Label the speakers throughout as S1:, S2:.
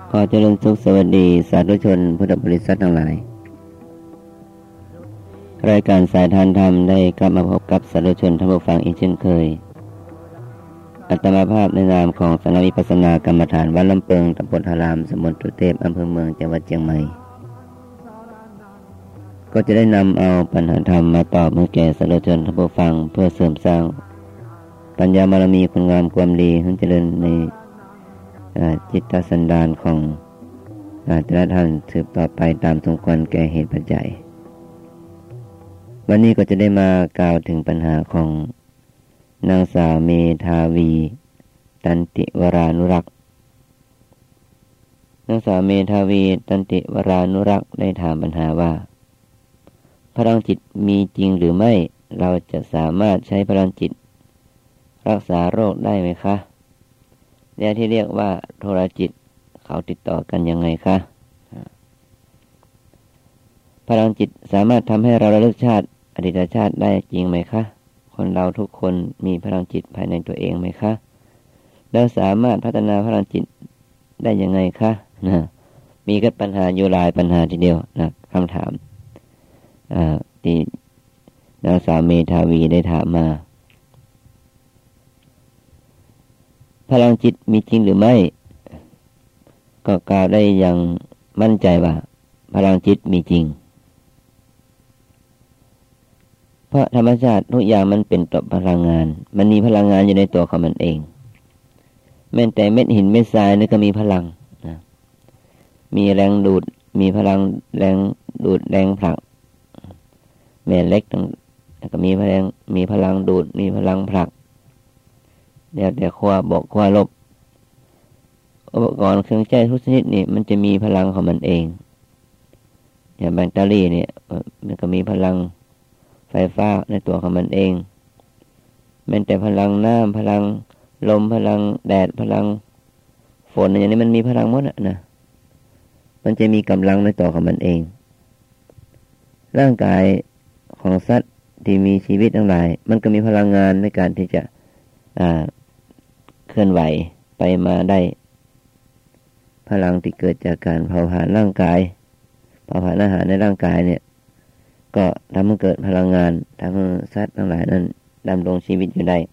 S1: ขอเจริญสุขสวัสดีสาธุชนพุทธบริษัททั้งหลายรายการสายทานธรรมได้กลับมาพบกับสาธุชนท่านผู้ฟังอีกเช่นเคยอาตมาภาพในนามของสำนักวิปัสสนากรรมฐานวัดลำเปิงตำบลทารามตำบลตุเทพอำเภอเมืองจังหวัดเชียงใหม่ก็จะได้นำเอาปัญหาธรรมมาตอบเมื่อแก่สาธุชนท่านผู้ฟังเพื่อเสริมสร้างปัญญาบารมีคุณงามความดีให้เจริญในจิตสันดานของแต่ละท่านสืบต่อไปตามสมควรแก่เหตุปัจจัยวันนี้ก็จะได้มากล่าวถึงปัญหาของนางสาวเมธาวีตันติวรานุรักษ์นางสาวเมธาวีตันติวรานุรักษ์ได้ถามปัญหาว่าพลังจิตมีจริงหรือไม่เราจะสามารถใช้พลังจิตรักษาโรคได้ไหมคะและที่เรียกว่าโทรจิตเขาติดต่อกันยังไงคะพลังจิตสามารถทำให้เราระลึกชาติอดีตชาติได้จริงไหมคะคนเราทุกคนมีพลังจิตภายในตัวเองไหมคะแล้วสามารถพัฒนาพลังจิตได้ยังไงคะมีก็ปัญหาอยู่หลายปัญหาทีเดียวนะคำถามที่นางสาวเมธาวีได้ถามมาพลังจิตมีจริงหรือไม่ก็กล่าวได้อย่างมั่นใจว่าพลังจิตมีจริงเพราะธรรมชาติทุกอย่างมันเป็นตัวพลังงานมันมีพลังงานอยู่ในตัวของมันเองแม้แต่เม็ดหินเม็ดทรายนี่ก็มีพลังนะมีแรงดูดมีพลังแรงดูดแรงผลักแม่เล็กก็มีพลังดูดมีพลังผลักแล้วแต่ขั้วบวกขั้วลบอุปกรณ์เครื่องใช้ทุกชนิดนี่มันจะมีพลังของมันเองอย่างแบตเตอรี่เนี่ยมันก็มีพลังไฟฟ้าในตัวของมันเองแม้แต่พลังน้ำพลังลมพลังแดดพลังฝนอย่างนี้มันมีพลังหมดนะมันจะมีกำลังในตัวของมันเองร่างกายของสัตว์ที่มีชีวิตทั้งหลายมันก็มีพลังงานในการที่จะเคลื่อนไหวไปมาได้พลังที่เกิดจากการเผาผลาญร่างกายเผาผลาญอาหารในร่างกายเนี่ยก็ทำให้เกิดพลังงานทำให้สัตว์ทั้งหลายนั้นดำรงชีวิตอยู่ได้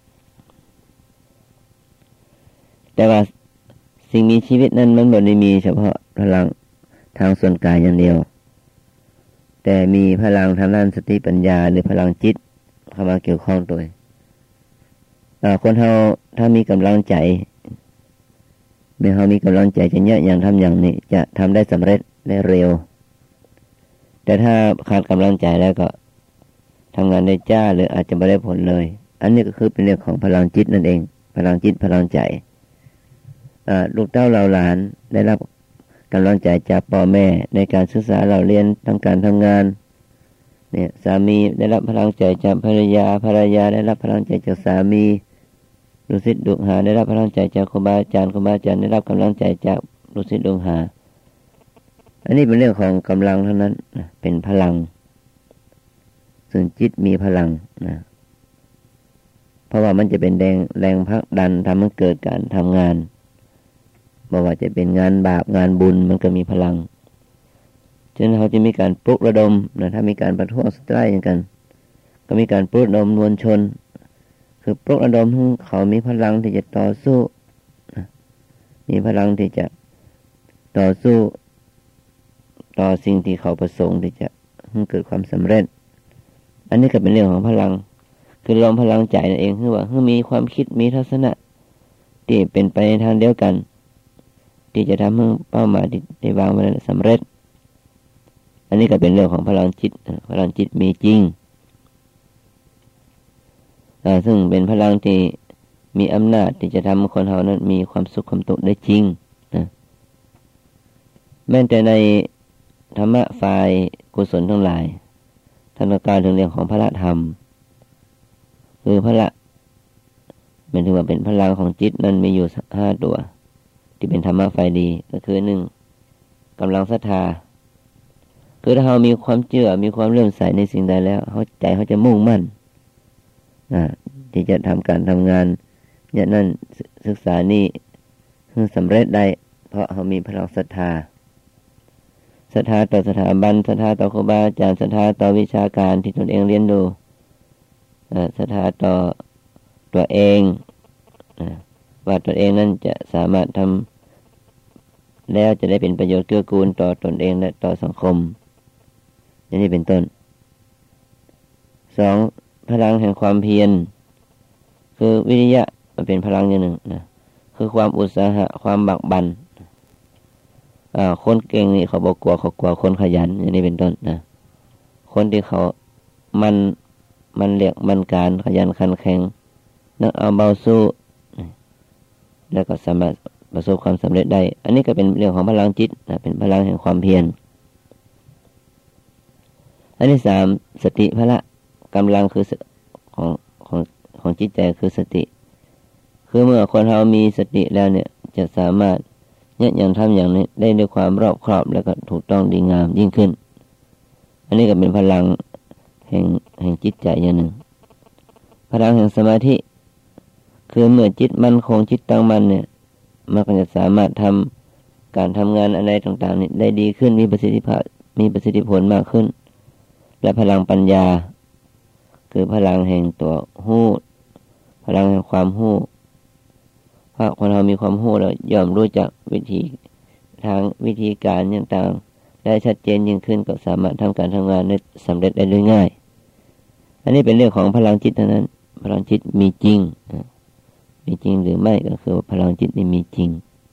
S1: แต่ว่าสิ่งมีชีวิตนั้นมันไม่ได้มีเฉพาะพลังทางส่วนกายอย่างเดียวแต่มีพลังทางด้านสติปัญญาหรือพลังจิตเข้ามาเกี่ยวข้องด้วยคนเราถ้ามีกำลังใจเมื่อเรามีกำลังใจจะเยอะอย่างทำอย่างนี้จะทำได้สำเร็จได้เร็วแต่ถ้าขาดกำลังใจแล้วก็ทำงานได้จ้าหรืออาจจะไม่ได้ผลเลยอันนี้ก็คือเป็นเรื่องของพลังจิตนั่นเองพลังจิตพลังใจลูกเต้าเราหลานได้รับกำลังใจจากพ่อแม่ในการศึกษาเราเรียนทางการทำงานเนี่ยสามีได้รับพลังใจจากภรรยาได้รับพลังใจจากสามีลูกศิษย์ลูกหาได้รับพลังใจจากครูบาอาจารย์ได้รับกำลังใจจากลูกศิษย์ลูกหาอันนี้เป็นเรื่องของกำลังเท่านั้นนะเป็นพลังส่วนจิตมีพลังนะเพราะว่ามันจะเป็นแรงผลักดันทำให้เกิดการทำงานไม่ว่าจะเป็นงานบาปงานบุญมันก็มีพลังฉะนั้นเขาจะมีการปลุกระดมนะถ้ามีการประท้วงสไตร์อย่างกันก็มีการปลุกระดมมวลชนคือปลุกระดมให้เขามีพลังที่จะต่อสู้นะมีพลังที่จะต่อสู้ต่อสิ่งที่เขาประสงค์ที่จะให้เกิดความสำเร็จอันนี้ก็เป็นเรื่องของพลังคือรวมพลังใจนั่นเองคือว่าให้มีความคิดมีทัศนะที่เป็นไปในทางเดียวกันที่จะทำให้เป้าหมายที่ได้วางไว้สำเร็จอันนี้ก็เป็นเรื่องของพลังจิตมีจริงซึ่งเป็นพลังที่มีอำนาจที่จะทำให้คนเรานั้นมีความสุขความสุขได้จริงนะแม้แต่ในธรรมะฝ่ายกุศลทั้งหลายท่านก็กล่าวถึงเรื่องของพระธรรมคือพระเป็นถือว่าเป็นพลังของจิตนั้นมีอยู่5ตัวที่เป็นธรรมะฝ่ายดีก็คือ1กำลังศรัทธาคือถ้าเรามีความเชื่อมีความเลื่อมใสในสิ่งใดแล้วใจเขาจะมุ่งมั่นที่จะทำการทำงานอย่างนั้นศึกษานี่สำเร็จได้เพราะเขามีพลังศรัทธาต่อสถาบันศรัทธาต่อครูบาอาจารย์ศรัทธาต่อวิชาการที่ตนเองเรียนรู้ศรัทธาต่อตัวเองว่าตนเองนั้นจะสามารถทำแล้วจะได้เป็นประโยชน์เกื้อกูลต่อตนเองและต่อสังคมอย่างนี้เป็นต้น2พลังแห่งความเพียรคือวิริยะมันเป็นพลังอย่างหนึ่งนะคือความอุตสาหะความบักบั่นคนเก่งนี่เขาบอกกลัวเขากลัวคนขยันอย่างนี้เป็นต้นนะคนที่เขามันเรียกมันการขยันขันแข็งนักเอาเบาสู้แล้วก็สามารถประสบความสำเร็จได้อันนี้ก็เป็นเรื่องของพลังจิตนะเป็นพลังแห่งความเพียรอันที่3สติพละกำลังคือของจิตใจคือสติคือเมื่อคนเรามีสติแล้วเนี่ยจะสามารถอย่างทำอย่างนี้ได้ด้วยความรอบคอบแล้วก็ถูกต้องดีงามยิ่งขึ้นอันนี้ก็เป็นพลังแห่งจิตใจอย่างหนึ่งพลังแห่งสมาธิคือเมื่อจิตมั่นคงจิตตั้งมั่นเนี่ยมันก็จะสามารถทำการทำงานอะไรต่างๆนี่ได้ดีขึ้นมีประสิทธิผลมากขึ้นและพลังปัญญาคือพลังแห่งตัวหู้พลังแห่งความหู้เพราะคนเรามีความรู้แล้วย่อมรู้จักวิธีการต่างๆได้ชัดเจนยิ่งขึ้นก็สามารถทำการทำงานได้สำเร็จได้ด้วยง่ายอันนี้เป็นเรื่องของพลังจิตเท่านั้นพลังจิตมีจริงหรือไม่ก็คือพลังจิตนี่มีจริง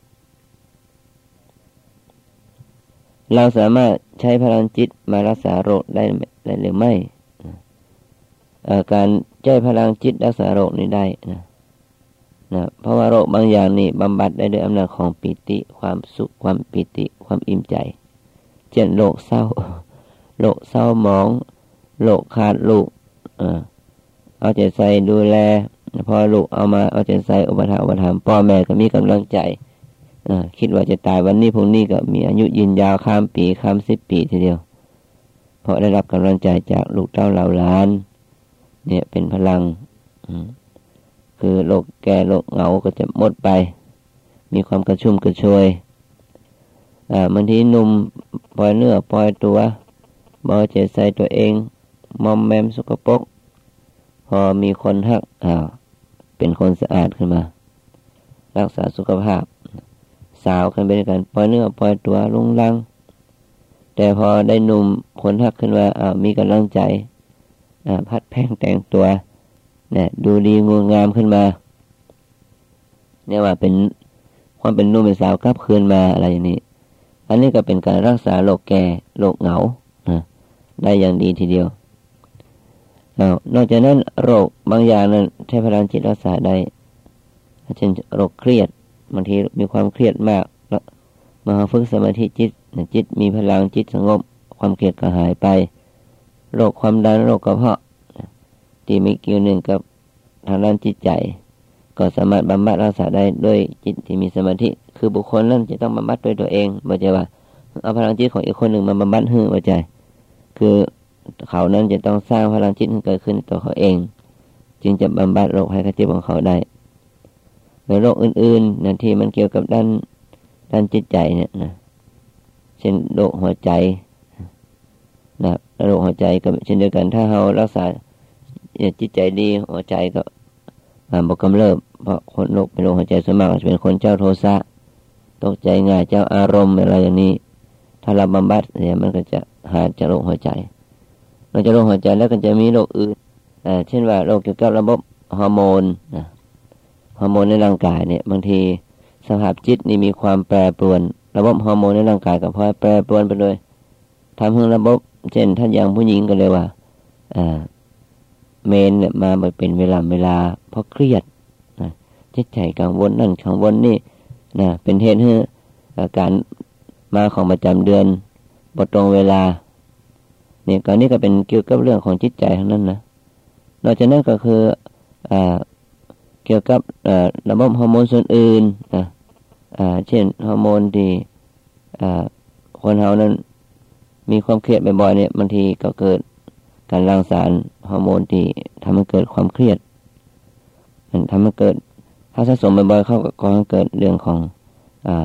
S1: เราสามารถใช้พลังจิตมารักษาโรคได้หรือไม่การใช้พลังจิตรักษาโรคนี้ได้นะเพราะว่าโรคบางอย่างนี่บำบัดได้ด้วยอำนาจของปิติความสุขความปิติความอิ่มใจเช่นโรคเศร้าหมองโรคขาดลูกเอาใจใส่ดูแลพอลูกเอาใจใส่อุปถัมภ์พ่อแม่ก็มีกำลังใจคิดว่าจะตายวันนี้พรุ่งนี้ก็มีอายุยืนยาวข้ามปีข้าม10 ปีทีเดียวเพราะได้รับกำลังใจจากลูกเต้าเหล่าหลานเนี่ยเป็นพลังคือโรคแก่โรคเหงาก็จะหมดไปมีความกระชุ่มกระชวยบางทีหนุ่มปล่อยเนื้อปล่อยตัวบ่ใจใส่ตัวเองมอมแมมสกปรกพอมีคนฮักเป็นคนสะอาดขึ้นมารักษาสุขภาพสาวกันเป็นกันปล่อยเนื้อปล่อยตัวลุงลังแต่พอได้หนุ่มคนฮักขึ้นมามีกำลังใจพัดแพ่งแต่งตัวเนี่ยดูดีงดงามขึ้นมาเนี่ยว่าเป็นความเป็นหนุ่มเป็นสาวกลับคืนมาอะไรอย่างนี้อันนี้ก็เป็นการรักษาโรคแก่โรคเหงาได้อย่างดีทีเดียวนอกจากนั้นโรคบางอย่างนั้นใช้พลังจิตรักษาได้เช่นโรคเครียดบางทีมีความเครียดมากแล้วมาฝึกสมาธิจิตมีพลังจิตสงบความเครียดก็หายไปโรคความดันโรคกระเพาะที่มีเกี่ยวเนื่องกับทางด้านจิตใจก็สามารถบำบัดรักษาได้ด้วยจิตที่มีสมาธิคือบุคคลนั้นจะต้องบำบัดด้วยตัวเองไม่ใช่ว่าเอาพลังจิตของอีกคนหนึ่งมาบำบัดให้ไม่ใช่คือเขานั้นจะต้องสร้างพลังจิตให้เกิดขึ้นตัวเขาเองจึงจะบำบัดโรคภัยไข้เจ็บของเขาได้ในโรคอื่นๆนั่นที่มันเกี่ยวกับด้านจิตใจเนี่ยนะเช่นโรคหัวใจนะโรคหัวใจก็เช่นเดียวกันถ้าเรารักษาจิตใจดีหัวใจก็บ่กำเริบเพราะคนโรคเป็นโรคหัวใจส่วนมากจะเป็นคนเจ้าโทสะตกใจง่ายเจ้าอารมณ์อะไรอย่างนี้ถ้าเราบำบัดเนี่ยมันก็จะหายจากโรคหัวใจนอกจากโรคหัวใจแล้วก็จะมีโรคอื่นเช่นว่าโรคเกี่ยวกับระบบฮอร์โมนฮอร์โมนในร่างกายเนี่ยบางทีสภาพจิตนี่มีความแปรปรวนระบบฮอร์โมนในร่างกายก็พลอยแปรปรวนไปเลยทำให้ระบบเช่นถ้าอย่างผู้หญิงก็เลยว่าเมนเนี่ยมาเป็นเวลาเพราะเครียดจิตใจกังวลนั่นกังวลนี่เป็นเหตุให้การมาของประจำเดือนบ่ตรงเวลาเนี่ยก่อนนี้ก็เป็นเกี่ยวกับเรื่องของจิตใจทั้งนั้นนะนอกจากนั้นก็คือเกี่ยวกับระบบฮอร์โมนส่วนอื่นเช่นฮอร์โมนที่คนเรานั้นมีความเครียดบ่อยๆเนี่ยบางทีก็เกิดการหลั่งสารฮอร์โมนที่ทำให้เกิดความเครียดมันทำให้เกิดถ้าสะสมบ่อยๆเข้าก็ก่อให้เกิดเรื่องของ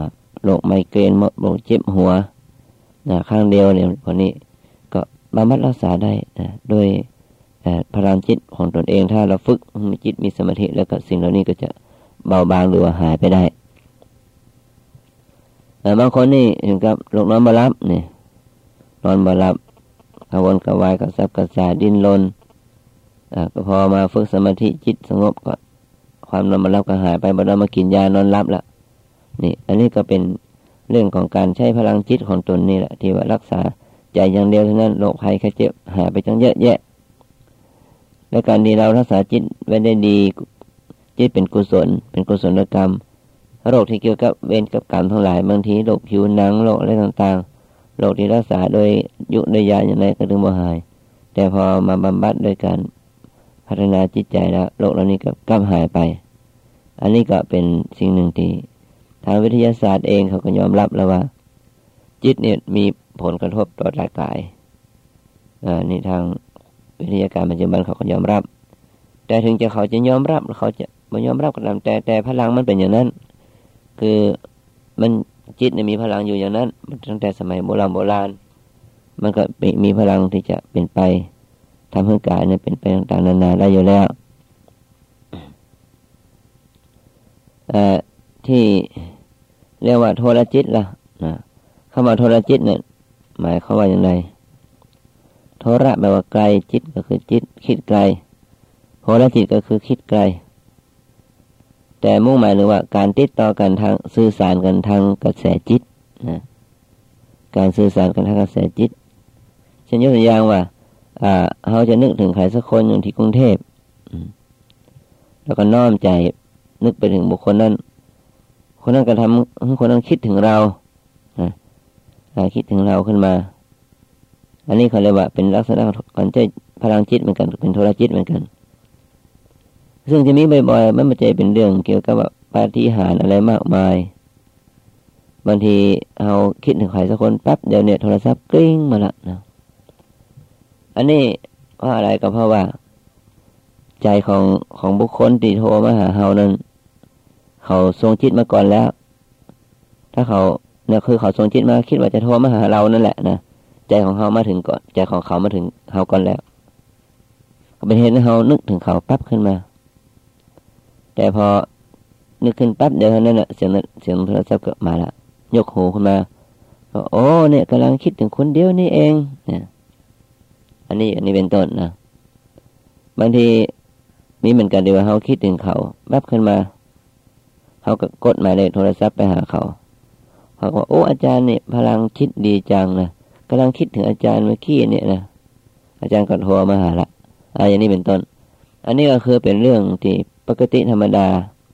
S1: โรคไมเกรนโรคเจ็บหัวข้างเดียวเนี่ยคนนี้ก็บำบัดรักษาได้โดยพลังจิตของตนเองถ้าเราฝึกมีจิตมีสมาธิแล้วก็สิ่งเหล่านี้ก็จะเบาบางหรือว่าหายไปได้บางคนนี่ถึงกับโรคนอนบ่หลับเนี่ยนอนบ่หลับกระวนกระวายกระสับกระส่ายดิ้นรนก็พอมาฝึกสมาธิจิตสงบก็ความนอนบ่หลับก็หายไปบ่ต้องมากินยานอนหลับละนี่อันนี้ก็เป็นเรื่องของการใช้พลังจิตของตนนี่แหละที่ว่ารักษาใจอย่างเดียวเท่านั้นโรคภัยไข้เจ็บหายไปจังเยอะแยะและการที่เรารักษาจิตไว้ได้ดีจิตเป็นกุศลเป็นกุศลกรรมโรคที่เกี่ยวกับเวรกับกรรมทั้งหลายบางทีโรคผิวหนังโรคอะไรต่างๆโรคที่รักษาโดยยุโดยยาอย่างไรก็ถึงบ่หายแต่พอมาบำบัดโดยการพัฒนาจิตใจแล้วโรคเหล่านี้ก็กลับหายไปอันนี้ก็เป็นสิ่งหนึ่งที่ทางวิทยาศาสตร์เองเขาก็ยอมรับแล้วว่าจิตเนี่ยมีผลกระทบต่อร่างกายนี่ทางวิทยาการปัจจุบันเขาก็ยอมรับแต่ถึงจะเขาจะยอมรับเขาจะไม่ยอมรับก็ตามแต่พลังมันเป็นอย่างนั้นคือมันจิตเนี่ยมีพลังอยู่อย่างนั้นตั้งแต่สมัยโบราณมันก็มีพลังที่จะเป็นไปทำให้กายเนี่ยเป็นไปต่างๆนานาได้อยู่แล้วที่เรียกว่าโทรจิตล่ะเข้ามาโทรจิตเนี่ยหมายเขาว่าอย่างไรโทระแปลว่าไกลจิตก็คือจิตคิดไกลโทรจิตก็คือคิดไกลแต่มุ่งหมายหรือว่าการติดต่อกันทางสื่อสารกันทางกระแสจิตการสื่อสารกันทางกระแสจิตเช่นยกตัวอย่างว่าเขาจะนึกถึงใครสักคนอยู่ที่กรุงเทพแล้วก็น้อมใจนึกไปถึงบุคคลนั้นคนนั้นก็ทำให้คนนั้นคิดถึงเราคิดถึงเราขึ้นมาอันนี้เขาเรียกว่าเป็นลักษณะของใจพลังจิตเหมือนกันเป็นโทรจิตเหมือนกันซึ่งจะมีบ่อยๆมันไม่ใช่เป็นเรื่องเกี่ยวกับปาฏิหาริย์อะไรมากมายบางทีเอาคิดถึงใครสักคนปั๊บเดี๋ยวเนี่ยโทรศัพท์กริ้งมาละนะอันนี้เพราะอะไรก็เพราะว่าใจของบุคคลที่โทรมาหาเรานั้นเขาทรงจิตมาก่อนแล้วถ้าเขาเนี่ยคือเขาทรงจิตมาคิดว่าจะโทรมาหาเรานั่นแหละนะใจของเขามาถึงก่อนใจของเขามาถึงเขาก่อนแล้วก็เป็นเหตุให้เขานึกถึงเขาปั๊บขึ้นมาแต่พอนึกขึ้นปั๊บเดี๋ยวนั้นน่ะเสียงโทรศัพท์ก็มาละยกหูขึ้นมาก็โอ้เนี่ยกำลังคิดถึงคนเดียวนี่เองเนี่ยอันนี้เป็นต้นนะบางทีมีเหมือนกันเดี๋ยวเขาคิดถึงเขาปั๊บขึ้นมาเขาก็กดหมายเลขโทรศัพท์ไปหาเขาก็โอ้อาจารย์เนี่ยพลังคิดดีจังนะกำลังคิดถึงอาจารย์เมื่อกี้เนี่ยนะอาจารย์ก็โทรมาหาละอย่างนี้เป็นต้นอันนี้ก็คือเป็นเรื่องที่ปกติธรรมดา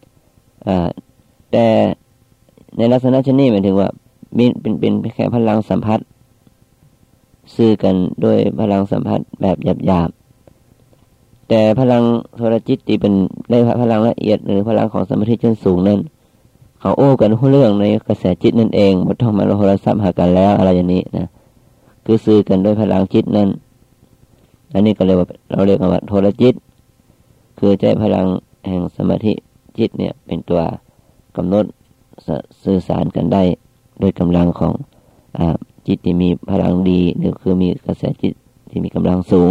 S1: แต่ในลักษณะเช่นนี้หมายถึงว่ามีเป็นแค่พลังสัมผัสสื่อกันโดยพลังสัมผัสแบบหยาบๆแต่พลังโทรจิตที่เป็นได้พลังละเอียดหรือพลังของสมาธิชั้นสูงนั้นเขาโอ้กันทุกเรื่องในกระแสจิตนั่นเองไม่ต้องมาโทรศัพท์หากันแล้วอะไรอย่างนี้นะคือสื่อกันด้วยพลังจิตนั้นอันนี้ก็เรียกว่าเราเรียกว่าโทรจิตคือใจพลังแห่งสมาธิจิตเนี่ยเป็นตัวกำหนดสื่อสารกันได้โดยกำลังของจิตที่มีพลังดีหรือคือมีกระแสจิตที่มีกำลังสูง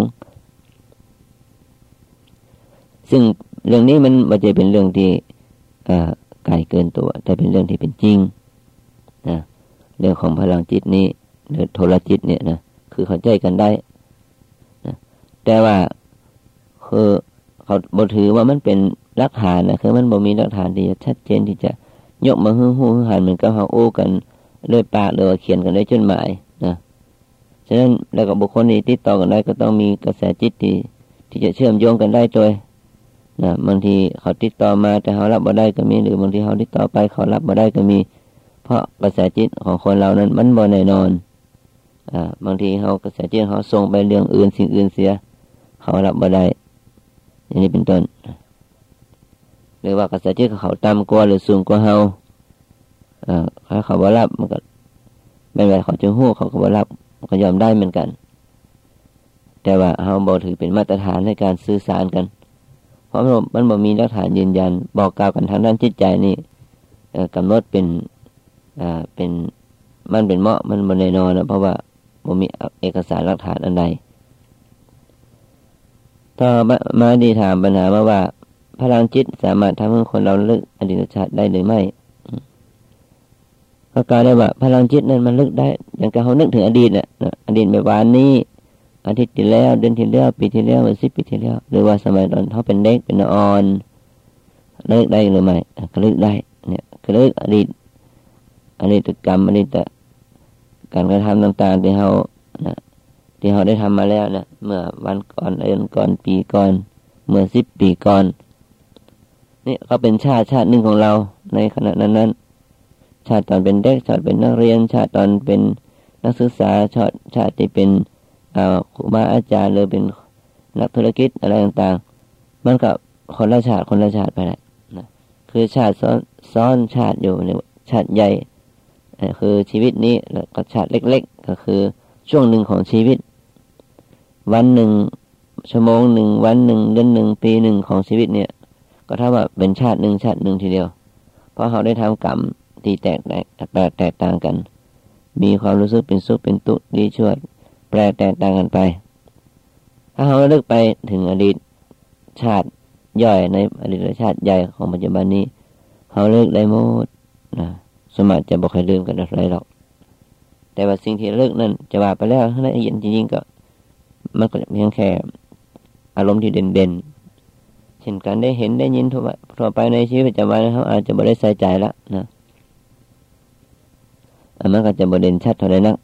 S1: ซึ่งเรื่องนี้มันไม่ใช่เป็นเรื่องที่ไกลเกินตัวแต่เป็นเรื่องที่เป็นจริงนะเรื่องของพลังจิตนี้หรือโทรจิตเนี่ยนะคือเข้าใจกันได้นะแต่ว่าคือเขาบ่ถือว่ามันเป็นหลักฐานนะคือมันบ่มีหลักฐานที่จะชัดเจนที่จะยกมาหูหันเหมือนกับเขาโอ้กันด้วยปากหรือว่าเขียนกันด้วยจดหมายนะฉะนั้นแล้วก็บุคคลที่ติดต่อกันได้ก็ต้องมีกระแสจิตที่จะเชื่อมโยงกันได้โดยนะบางทีเขาติดต่อมาแต่เขารับบ่ได้ก็มีหรือบางทีเขาติดต่อไปเขารับบ่ได้ก็มีเพราะกระแสจิตของคนเรานั้นมันบ่แน่นอนบางทีเขากระแสจิตเขาส่งไปเรื่องอื่นสิ่งอื่นเสียเขารับบ่ได้อย่างนี้เป็นต้นหรือว่ากระแสจิตเขาต่ำกว่าหรือสูงกว่าเขาถ้าเขาบ่รับมันก็ไม่ว่าเขาจะหู้เขาก็บ่รับมันก็ยอมได้เหมือนกันแต่ว่าเขาบ่ถือเป็นมาตรฐานในการสื่อสารกันเพราะมันบ่มีหลักฐานยืนยันบอกกล่าวกันทางด้านจิตใจนี่กำหนดเป็นเป็นมันเป็นเหมาะมันบ่แน่นอนนะเพราะว่าบ่มีเอกสารหลักฐานอันใดต่อมาดีถามปัญหาว่าพลังจิตสามารถทำให้คนเราลึกอดีตชาติได้หรือไม่ก็กล่าวได้ว่าพลังจิตนั้นมันลึกได้อย่างกับเขานึกถึงอดีตน่ะอดีตเมื่อวานนี้อาทิตย์ที่แล้วเดือนที่แล้วปีที่แล้ว10 ปีที่แล้วหรือว่าสมัยตอนเขาเป็นเด็กเป็นอ่อนลึกได้หรือไม่ก็ลึกได้เนี่ยคือลึกอดีตกรรมอดีตการกระทำต่างๆที่เขาได้ทำมาแล้วนะเมื่อวันก่อนเดือนก่อนปีก่อนเมื่อ10 ปีก่อนนี่ก็เป็นชาติหนึ่งของเราในขณะนั้นชาติตอนเป็นเด็กชาติเป็นนักเรียนชาติตอนเป็นนักศึกษาชาติที่เป็นครูบาอาจารย์หรือเป็นนักธุรกิจอะไรต่างๆมันก็คนละชาติไปแหละนะคือชาติซ้อนชาติอยู่ในชาติใหญ่คือชีวิตนี้แล้วก็ชาติเล็กๆก็คือช่วงหนึ่งของชีวิตวันหนึ่งชั่วโมงหนึ่งวันหนึ่งเดือนหนึ่งปีหนึ่งของชีวิตเนี่ยก็เท่าว่าเป็นชาติหนึ่งทีเดียวเพราะเขาได้ทำกรรมที่แตกต่างกันมีความรู้สึกเป็นสุขเป็นทุกข์ดีชั่วแปรแตกต่างกันไปถ้าเขาเลิกไปถึงอดีตชาติย่อยในอดีตชาติใหญ่ของปัจจุบันนี้เขาเลิกได้หมดนะสมัติจะบอกให้ลืมกันอะไรหรอกแต่ว่าสิ่งที่เลิกนั้นจะว่าไปแล้วถ้าละเอียดจริงๆก็มันก็เพียงแค่อารมณ์ที่เด่นเช่นการได้เห็นได้ยินทั่วไปในชีวิตประจำวันเขาอาจจะไม่ได้ใส่ใจแล้วนะมันก็จะบ่เด่นชัดเท่าไรนัก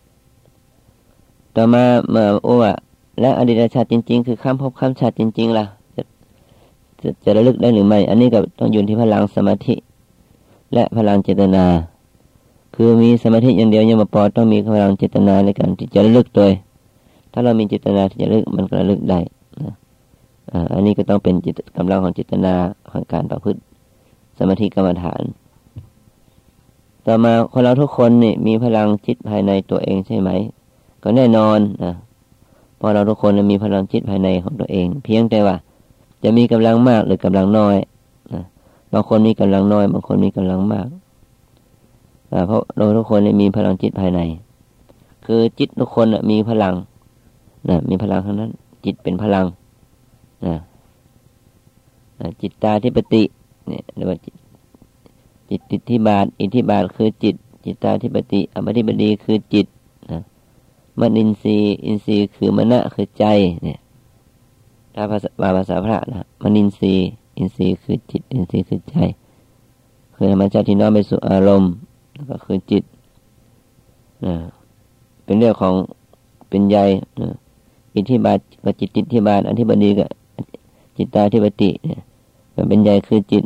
S1: ต่อมาเมื่อว่าและอดีตชาติจริงๆคือข้ามภพข้ามชาติจริงๆล่ะจะระลึกได้หรือไม่อันนี้ก็ต้องอยู่ที่พลังสมาธิและพลังเจตนาคือมีสมาธิอย่างเดียวยังไม่พอต้องมีพลังเจตนาในการที่จะระลึกโดยถ้าเรามีเจตนาที่จะระลึกมันก็ระลึกได้นะอันนี้ก็ต้องเป็นกำลังของเจตนาของการประพฤติสมาธิกรรมฐานต่อมาคนเราทุกคนนี่มีพลังจิตภายในตัวเองใช่ไหมก็แน่นอนนะเพราะเราทุกคนมีพลังจิตภายในของตัวเองเพียงแต่ว่าจะมีกำลังมากหรือกำลังน้อยนะบางคนมีกำลังน้อยบางคนมีกำลังมากเพราะเราทุกคนมีพลังจิตภายในคือจิตทุกคนมีพลังนะมีพลังทั้งนั้นจิตเป็นพลังนะจิตตาธิปติเนี่ยเรียกว่าจิตอิทธิบาทคือจิตตาธิปติอภิธิบดีคือจิตนะมนินทรีย์อินทรีย์คือมนะคือใจเนี่ยถ้าภาษาพระนะมนินทรีย์อินทรีย์คือจิตอินทรีย์คือใจคือธรรมชาติที่น้อมไปสู่อารมณ์ก็คือจิตนะเป็นเรื่องของเป็นใยนะอิทธิบาทก็จิตอิทธิบาทอธิบดีก็จิตตาธิปติเนี่ยมันเป็นใยคือจิต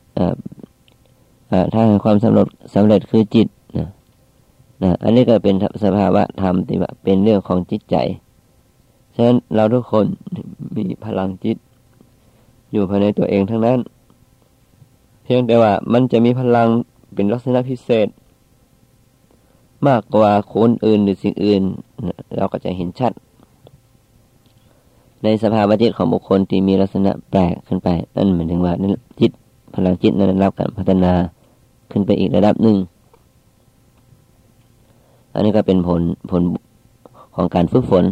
S1: ถ้าให้ความสำเร็จคือจิตนะอันนี้ก็เป็นสภาวะธรรมที่ว่าเป็นเรื่องของจิตใจฉะนั้นเราทุกคนมีพลังจิตอยู่ภายในตัวเองทั้งนั้นเพียงแต่ว่ามันจะมีพลังเป็นลักษณะพิเศษมากกว่าคนอื่นหรือสิ่งอื่นเราก็จะเห็นชัดในสภาวะจิตของบุคคลที่มีลักษณะแปลกขึ้นไปนั่นหมายถึงว่าจิตพลังจิตนั้นรับการพัฒนาขึ้นไปอีกระดับหนึ่งอันนี้ก็เป็นผลของการฝึกฝน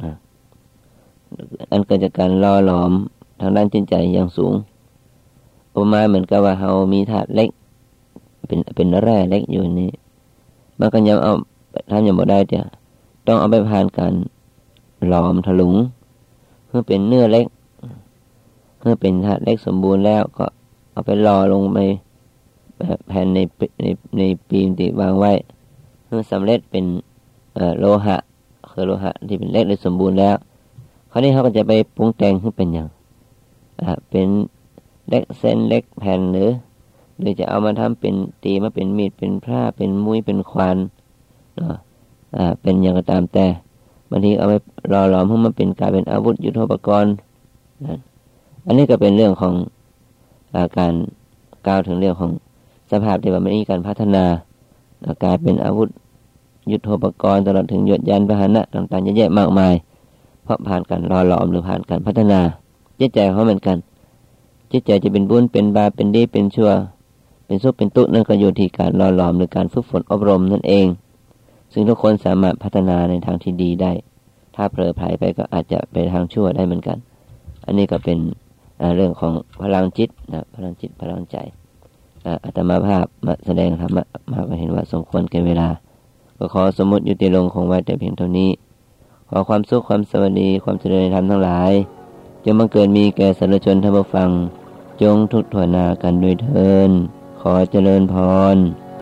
S1: อันเกิดจากการล่อหลอมทางด้านจิตใจอย่างสูงอุปมาเหมือนกับว่าเรามีถาดเล็กเป็นแร่เล็กอยู่นี่มันก็ยังเอาทำอย่างบ่ได้เดียวต้องเอาไปผ่านการหลอมถลุงเพื่อเป็นเนื้อเล็กเพื่อเป็นถาดเล็กสมบูรณ์แล้วก็เอาไปรอลงไปแผ่นในปีมที่วางไว้เพื่อสำเร็จเป็นโลหะคือโลหะที่เป็นเล็กและสมบูรณ์แล้วคราวนี้เขาก็จะไปปรุงแต่งให้เป็นอย่างเป็นเล็กเส้นเล็กแผ่นหรือจะเอามาทำเป็นตีมาเป็นมีดเป็นผ้าเป็นมุ้ยเป็นควานเป็นอย่างก็ตามแต่บางทีเอาไปรอหลอมให้มันเป็นกลายเป็นอาวุธยุทโธปกรณ์อันนี้ก็เป็นเรื่องของการกล่าวถึงเรื่องของสภาพที่ว่าไม่มีการพัฒนากลายเป็นอาวุธยุทโธปกรณ์ตลอดถึงยศยานพาหนะต่างๆเยอะแยะมากมายเพราะผ่านการรอหลอมหรือผ่านการพัฒนาจิตใจเขาเหมือนกันจิตใจจะเป็นบุญเป็นบาปเป็นดีเป็นชั่วเป็นสุขเป็นตุนั่นก็อยู่ที่การหล่อหลอมหรือการฝึกฝนอบรมนั่นเองซึ่งทุกคนสามารถพัฒนาในทางที่ดีได้ถ้าเผลอไผลไปก็อาจจะไปทางชั่วได้เหมือนกันอันนี้ก็เป็นเรื่องของพลังจิตนะพลังจิตพลังใจอาตมาภาพมาแสดงธรรมะมาเห็นว่าสมควรแก่เวลาก็ขอสมมุติยุติลงคงไว้แต่เพียงเท่านี้ขอความสุขความสวัสดีความเจริญในธรรมทั้งหลายจงบังเกิดมีแก่สาธุชนท่านผู้ฟังจงทุกข์ทนากันด้วยเถิดขอเจริญพร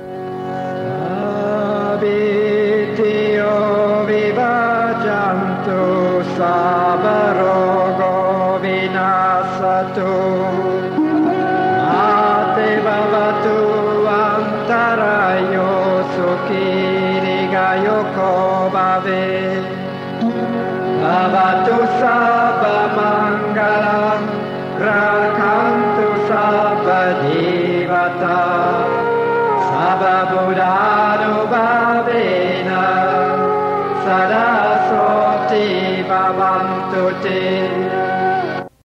S2: Bhavatu sabba mangalam rakhantu sabba devata sabba buddhanubhavena sada soti bhavantu te